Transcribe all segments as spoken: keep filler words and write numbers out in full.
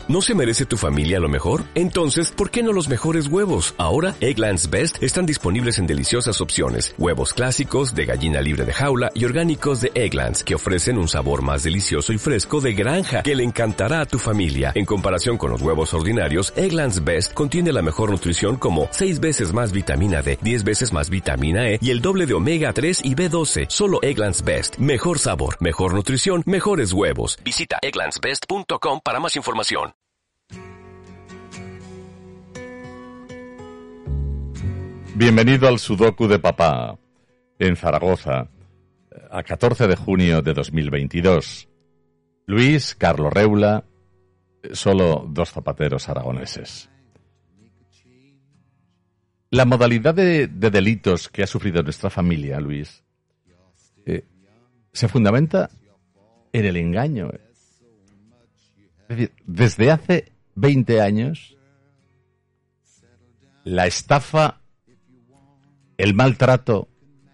¿No se merece tu familia lo mejor? Entonces, ¿por qué no los mejores huevos? Ahora, Eggland's Best están disponibles en deliciosas opciones. Huevos clásicos, de gallina libre de jaula y orgánicos de Eggland's, que ofrecen un sabor más delicioso y fresco de granja que le encantará a tu familia. En comparación con los huevos ordinarios, Eggland's Best contiene la mejor nutrición como seis veces más vitamina D, diez veces más vitamina E y el doble de omega tres y B doce. Solo Eggland's Best. Mejor sabor, mejor nutrición, mejores huevos. Visita egglands best punto com para más información. Bienvenido al Sudoku de Papá, en Zaragoza, a catorce de junio de dos mil veintidós. Luis, Carlos Reula, solo dos zapateros aragoneses. La modalidad de, de delitos que ha sufrido nuestra familia, Luis, eh, se fundamenta en el engaño. Es decir, desde hace veinte años, la estafa, el maltrato,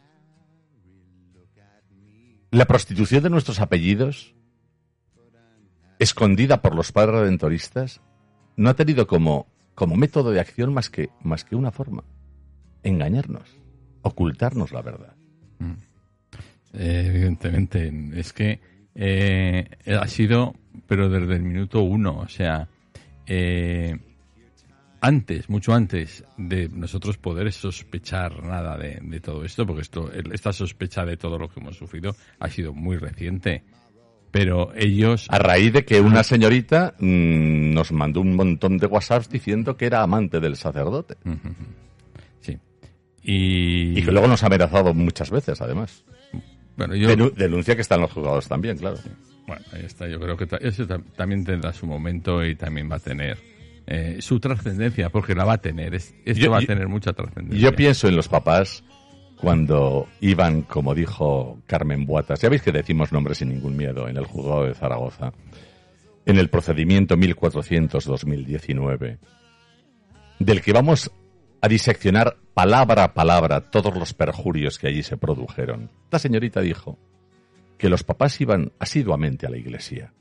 la prostitución de nuestros apellidos, escondida por los padres redentoristas, no ha tenido como, como método de acción más que, más que una forma: engañarnos, ocultarnos la verdad. Mm. Eh, evidentemente, es que eh, ha sido, pero desde el minuto uno, o sea, eh, antes, mucho antes de nosotros poder sospechar nada de, de todo esto, porque esto, esta sospecha de todo lo que hemos sufrido ha sido muy reciente, pero ellos... A raíz de que una señorita mmm, nos mandó un montón de WhatsApps diciendo que era amante del sacerdote. Uh-huh. Sí. Y... y que luego nos ha amenazado muchas veces, además. Bueno, yo... Denu- denuncia que están los juzgados también, claro. Sí. Bueno, ahí está. Yo creo que ta- eso ta- también tendrá su momento y también va a tener eh, su trascendencia, porque la va a tener. Es, esto Yo- va a yo- tener mucha trascendencia. Yo pienso en los papás cuando iban, como dijo Carmen Buatas, ya veis que decimos nombres sin ningún miedo, en el juzgado de Zaragoza, en el procedimiento mil cuatrocientos barra dos mil diecinueve, del que vamos a diseccionar palabra a palabra todos los perjurios que allí se produjeron. La señorita dijo que los papás iban asiduamente a la iglesia.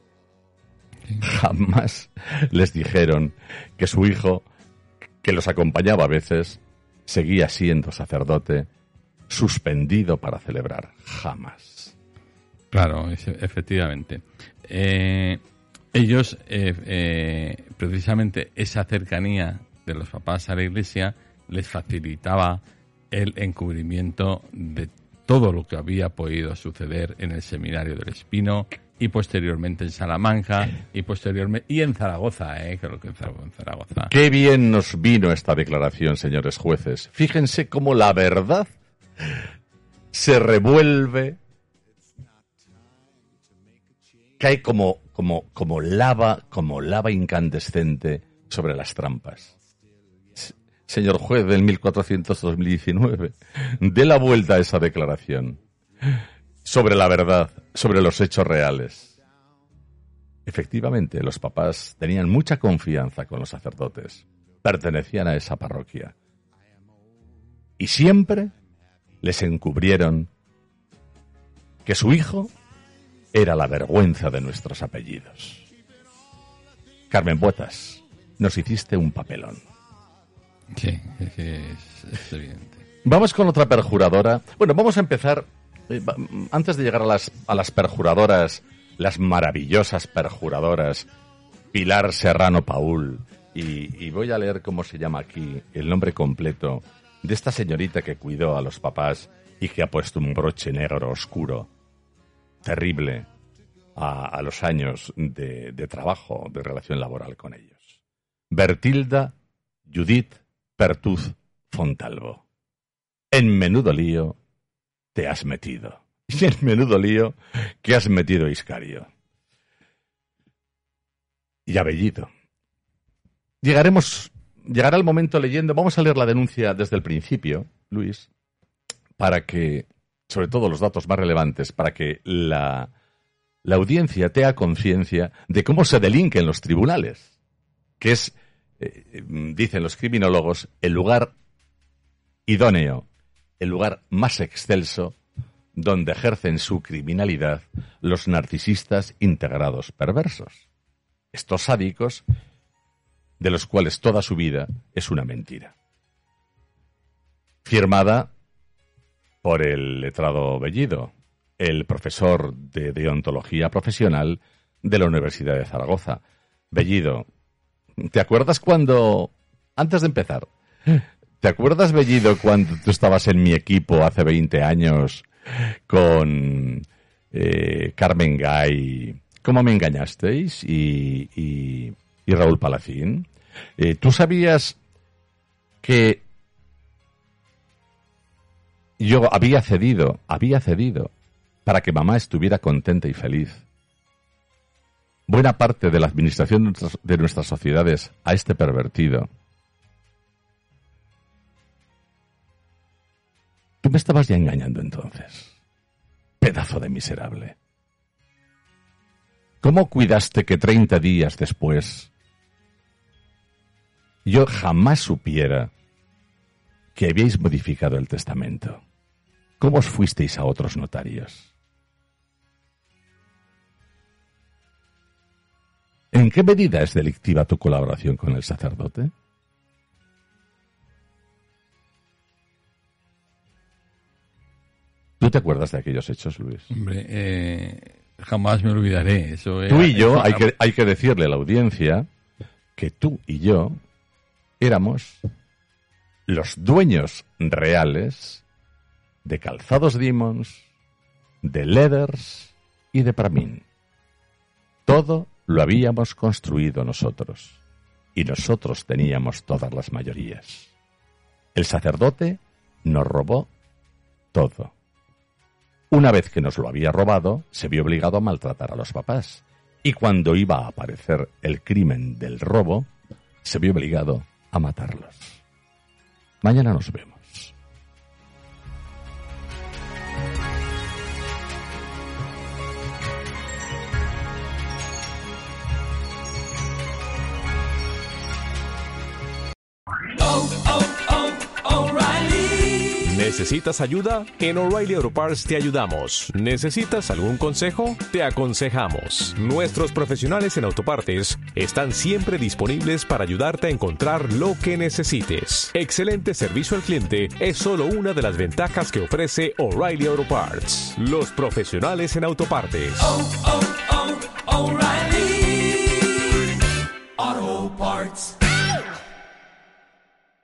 Jamás les dijeron que su hijo, que los acompañaba a veces, seguía siendo sacerdote, suspendido para celebrar. Jamás. Claro, es- efectivamente. Eh, ellos, eh, eh, precisamente esa cercanía de los papás a la iglesia les facilitaba el encubrimiento de todo lo que había podido suceder en el seminario del Espino y posteriormente en Salamanca y posteriormente y en Zaragoza, eh, creo que en Zara- en Zaragoza. Qué bien nos vino esta declaración, señores jueces. Fíjense cómo la verdad se revuelve, cae como, como, como lava, como lava incandescente sobre las trampas. S- Señor juez del mil cuatrocientos barra dos mil diecinueve, dé la vuelta a esa declaración sobre la verdad, sobre los hechos reales. Efectivamente, los papás tenían mucha confianza con los sacerdotes, pertenecían a esa parroquia y siempre les encubrieron que su hijo era la vergüenza de nuestros apellidos. Carmen Buetas, nos hiciste un papelón. Sí, es, que es- es evidente. Vamos con otra perjuradora. Bueno, vamos a empezar, eh, va- antes de llegar a las, a las perjuradoras, las maravillosas perjuradoras, Pilar Serrano Paul, y, y voy a leer cómo se llama aquí, el nombre completo de esta señorita que cuidó a los papás y que ha puesto un broche negro oscuro, terrible, a, a los años de, de trabajo, de relación laboral con ellos. Bertilda Judith Pertuz Fontalvo. En menudo lío te has metido. Y en menudo lío que has metido Iscario. Y Abellido. Llegaremos, llegará el momento leyendo, vamos a leer la denuncia desde el principio, Luis, para que, sobre todo los datos más relevantes, para que la, la audiencia tenga conciencia de cómo se delinque en los tribunales, que es, eh, dicen los criminólogos, el lugar idóneo, el lugar más excelso donde ejercen su criminalidad los narcisistas integrados perversos. estos sádicos, de los cuales toda su vida es una mentira. Firmada por el letrado Bellido, el profesor de deontología profesional de la Universidad de Zaragoza. Bellido, ¿te acuerdas cuando, antes de empezar, ¿te acuerdas, Bellido, cuando tú estabas en mi equipo hace veinte años con eh, Carmen Gay, cómo me engañasteis, y, y, y Raúl Palacín? Eh, ¿Tú sabías que yo había cedido, había cedido para que mamá estuviera contenta y feliz buena parte de la administración de nuestras, de nuestras sociedades a este pervertido? Tú me estabas ya engañando entonces, pedazo de miserable. ¿Cómo cuidaste que treinta días después yo jamás supiera que habíais modificado el testamento? ¿Cómo os fuisteis a otros notarios? ¿En qué medida es delictiva tu colaboración con el sacerdote? ¿Tú te acuerdas de aquellos hechos, Luis? Hombre, eh, jamás me olvidaré. Eso era, tú y yo, eso, hay que, hay que decirle a la audiencia que tú y yo éramos los dueños reales de Calzados Demons, de Leathers y de Pramin. Todo lo habíamos construido nosotros y nosotros teníamos todas las mayorías. El sacerdote nos robó todo. Una vez que nos lo había robado, se vio obligado a maltratar a los papás. Y cuando iba a aparecer el crimen del robo, se vio obligado a matarlos. Mañana nos vemos. ¿Necesitas ayuda? En O'Reilly Auto Parts te ayudamos. ¿Necesitas algún consejo? Te aconsejamos. Nuestros profesionales en autopartes están siempre disponibles para ayudarte a encontrar lo que necesites. Excelente servicio al cliente es solo una de las ventajas que ofrece O'Reilly Auto Parts. Los profesionales en autopartes. Oh, oh, oh, O'Reilly.